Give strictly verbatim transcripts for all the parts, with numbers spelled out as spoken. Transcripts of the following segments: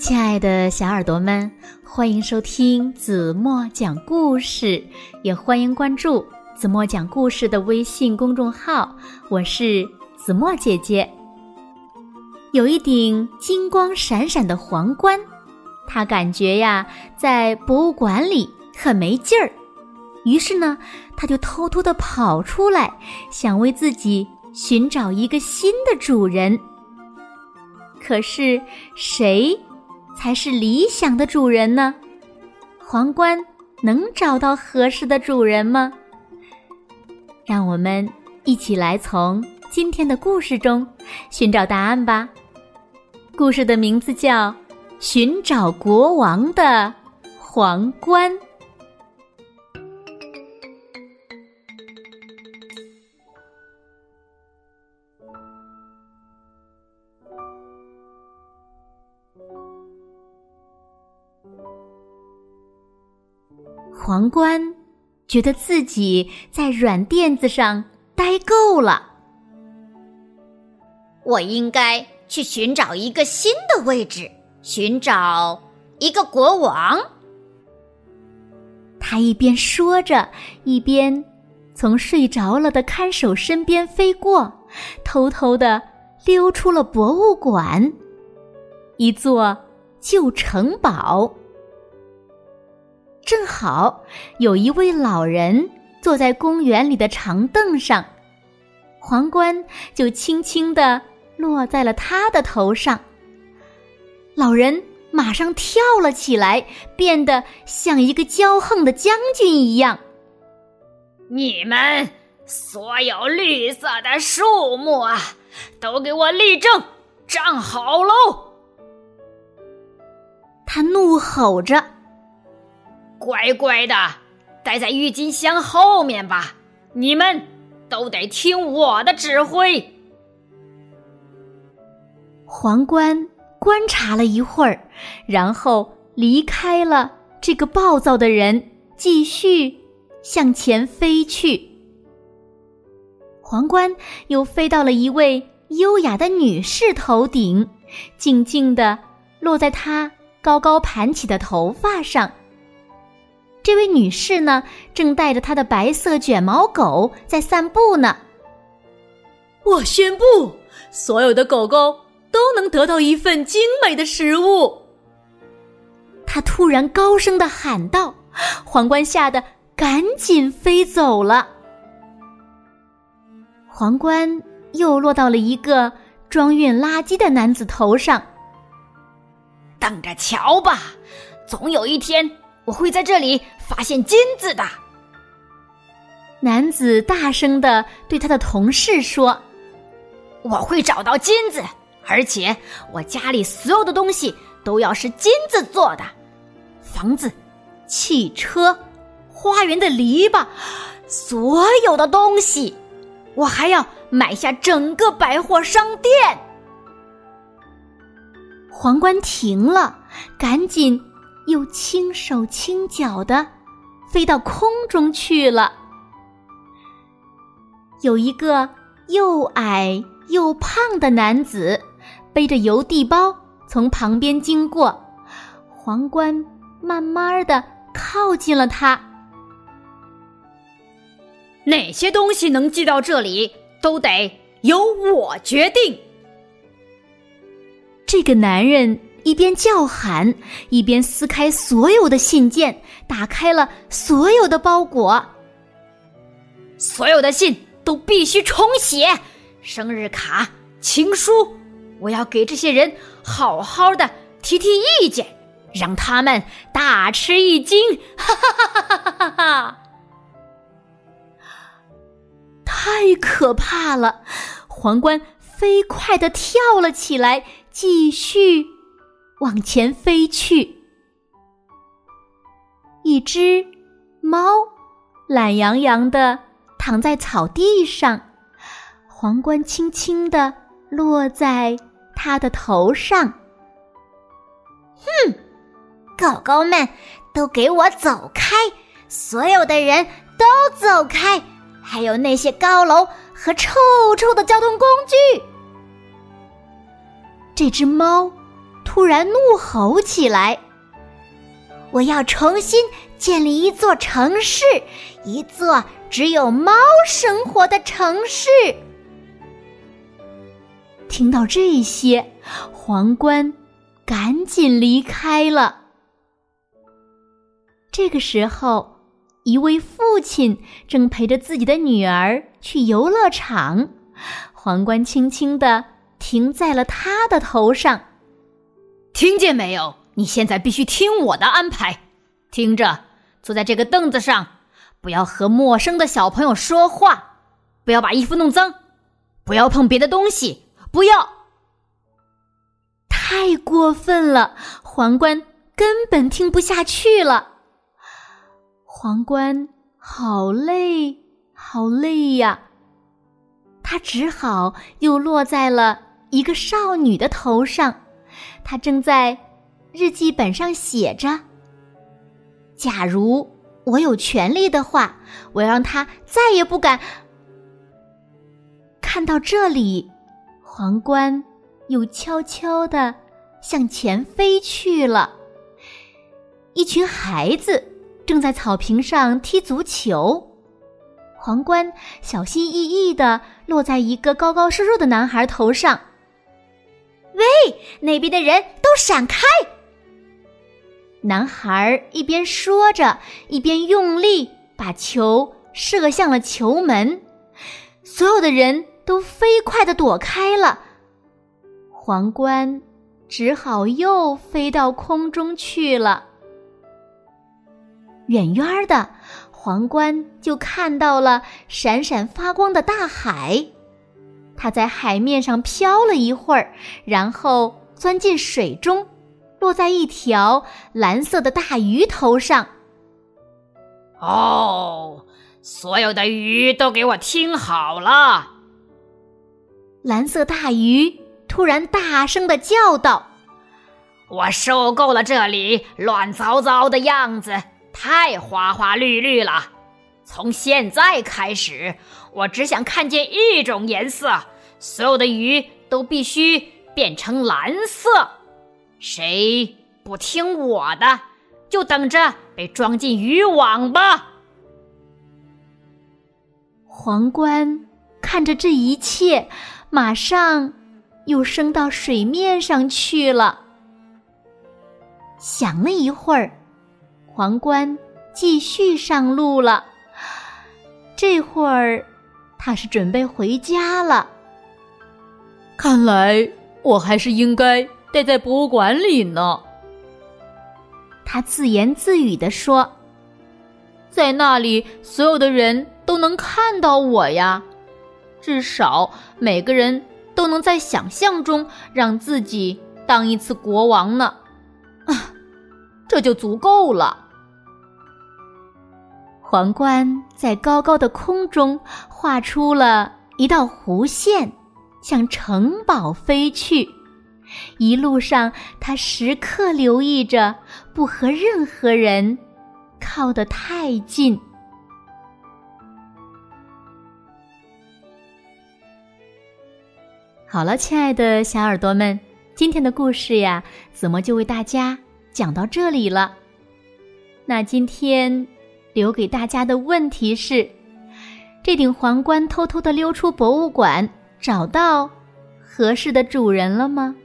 亲爱的小耳朵们，欢迎收听子墨讲故事，也欢迎关注子墨讲故事的微信公众号，我是子墨姐姐。有一顶金光闪闪的皇冠，他感觉呀，在博物馆里很没劲儿，于是呢，他就偷偷地跑出来，想为自己寻找一个新的主人。可是谁才是理想的主人呢？皇冠能找到合适的主人吗？让我们一起来从今天的故事中寻找答案吧。故事的名字叫《寻找国王的皇冠》。皇冠觉得自己在软垫子上待够了， 我应该去寻找一个新的位置，寻找一个国王。 他一边说着，一边从睡着了的看守身边飞过，偷偷地溜出了博物馆，一座旧城堡。正好有一位老人坐在公园里的长凳上，皇冠就轻轻地落在了他的头上。老人马上跳了起来，变得像一个骄横的将军一样。 你们所有绿色的树木啊，都给我立正，站好喽！ 他怒吼着， 乖乖的待在郁金香后面吧，你们都得听我的指挥。 皇冠观察了一会儿，然后离开了这个暴躁的人，继续向前飞去。皇冠又飞到了一位优雅的女士头顶，静静地落在她高高盘起的头发上。这位女士呢，正带着她的白色卷毛狗在散步呢。 我宣布，所有的狗狗都能得到一份精美的食物。 她突然高声地喊道，皇冠吓得赶紧飞走了。皇冠又落到了一个装运垃圾的男子头上。 等着瞧吧，总有一天我会在这里发现金子的。 男子大声地对他的同事说， 我会找到金子，而且我家里所有的东西都要是金子做的，房子、汽车、花园的篱笆，所有的东西，我还要买下整个百货商店。 皇冠停了，赶紧又轻手轻脚地飞到空中去了。有一个又矮又胖的男子背着邮递包从旁边经过，皇冠慢慢地靠近了他。 哪些东西能寄到这里，都得由我决定。 这个男人一边叫喊，一边撕开所有的信件，打开了所有的包裹。 所有的信都必须重写，生日卡、情书，我要给这些人好好的提提意见，让他们大吃一惊！哈哈哈哈哈哈！ 太可怕了！皇冠飞快地跳了起来，继续往前飞去。一只猫懒洋洋地躺在草地上，皇冠轻轻地落在它的头上。 哼，狗狗们都给我走开，所有的人都走开，还有那些高楼和臭臭的交通工具。 这只猫突然怒吼起来：“我要重新建立一座城市，一座只有猫生活的城市。”听到这些，皇冠赶紧离开了。这个时候，一位父亲正陪着自己的女儿去游乐场，皇冠轻轻地停在了他的头上。 听见没有？你现在必须听我的安排。听着，坐在这个凳子上，不要和陌生的小朋友说话，不要把衣服弄脏，不要碰别的东西，不要。 太过分了，皇冠根本听不下去了。皇冠好累，好累呀！他只好又落在了一个少女的头上。她正在日记本上写着：“假如我有权利的话，我要让她再也不敢……”看到这里，皇冠又悄悄地向前飞去了。一群孩子正在草坪上踢足球，皇冠小心翼翼地落在一个高高瘦瘦的男孩头上。“喂，那边的人都闪开！”男孩一边说着，一边用力把球射向了球门。所有的人都飞快地躲开了，皇冠只好又飞到空中去了。远远的，皇冠就看到了闪闪发光的大海。它在海面上飘了一会儿，然后钻进水中，落在一条蓝色的大鱼头上。 “哦，所有的鱼都给我听好了！” 蓝色大鱼突然大声地叫道：“ 我受够了这里乱糟糟的样子，太花花绿绿了。从现在开始，我只想看见一种颜色，所有的鱼都必须变成蓝色。谁不听我的，就等着被装进渔网吧。” 皇冠看着这一切，马上又升到水面上去了。想了一会儿，皇冠继续上路了。这会儿他是准备回家了。 看来我还是应该待在博物馆里呢， 他自言自语地说：“ 在那里所有的人都能看到我呀，至少每个人都能在想象中让自己当一次国王呢，啊，这就足够了。” 皇冠在高高的空中画出了一道弧线，向城堡飞去。一路上，他时刻留意着不和任何人靠得太近。好了，亲爱的小耳朵们，今天的故事呀，子墨就为大家讲到这里了。那今天留给大家的问题是：这顶皇冠偷偷地溜出博物馆，找到合适的主人了吗？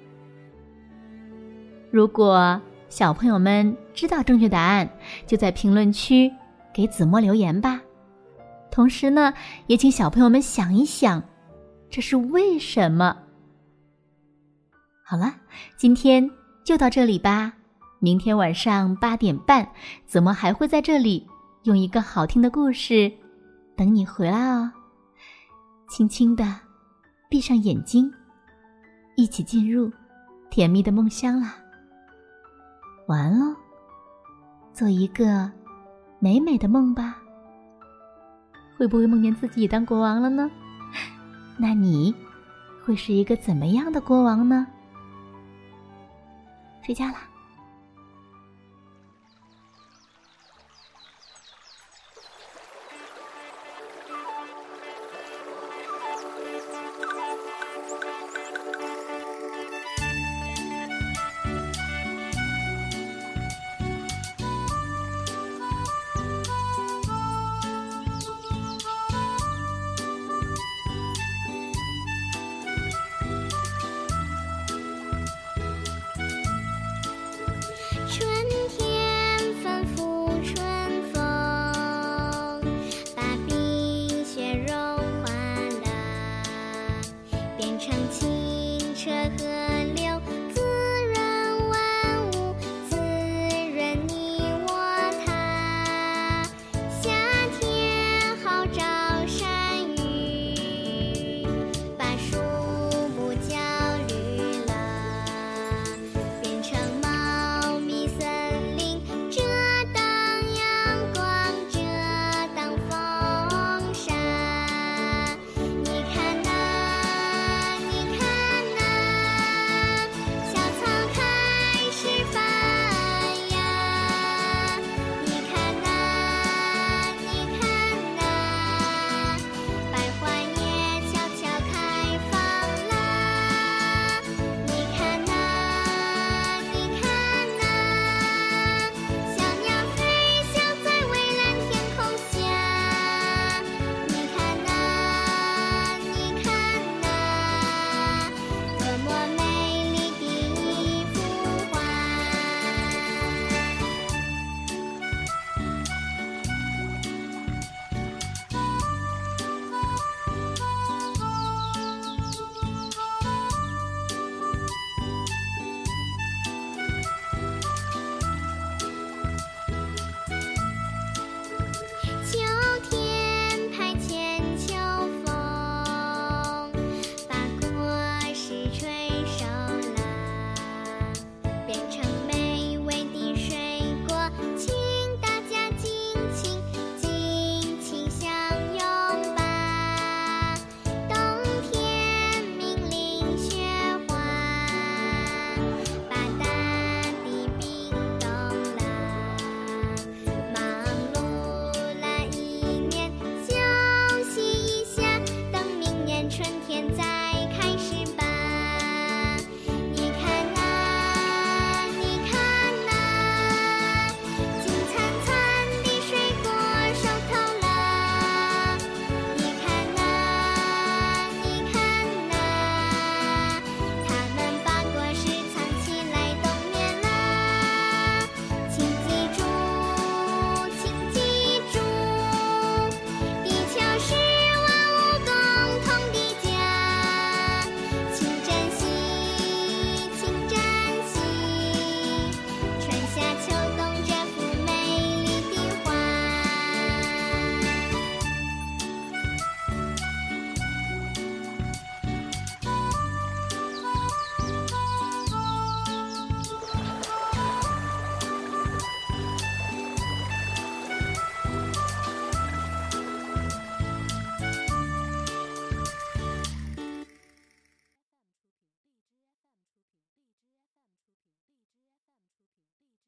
如果小朋友们知道正确答案，就在评论区给子墨留言吧。同时呢，也请小朋友们想一想，这是为什么？好了，今天就到这里吧。明天晚上八点半，子墨还会在这里用一个好听的故事等你回来哦。轻轻地闭上眼睛，一起进入甜蜜的梦乡啦。晚安喽，做一个美美的梦吧。会不会梦见自己也当国王了呢？那你会是一个怎么样的国王呢？睡觉啦。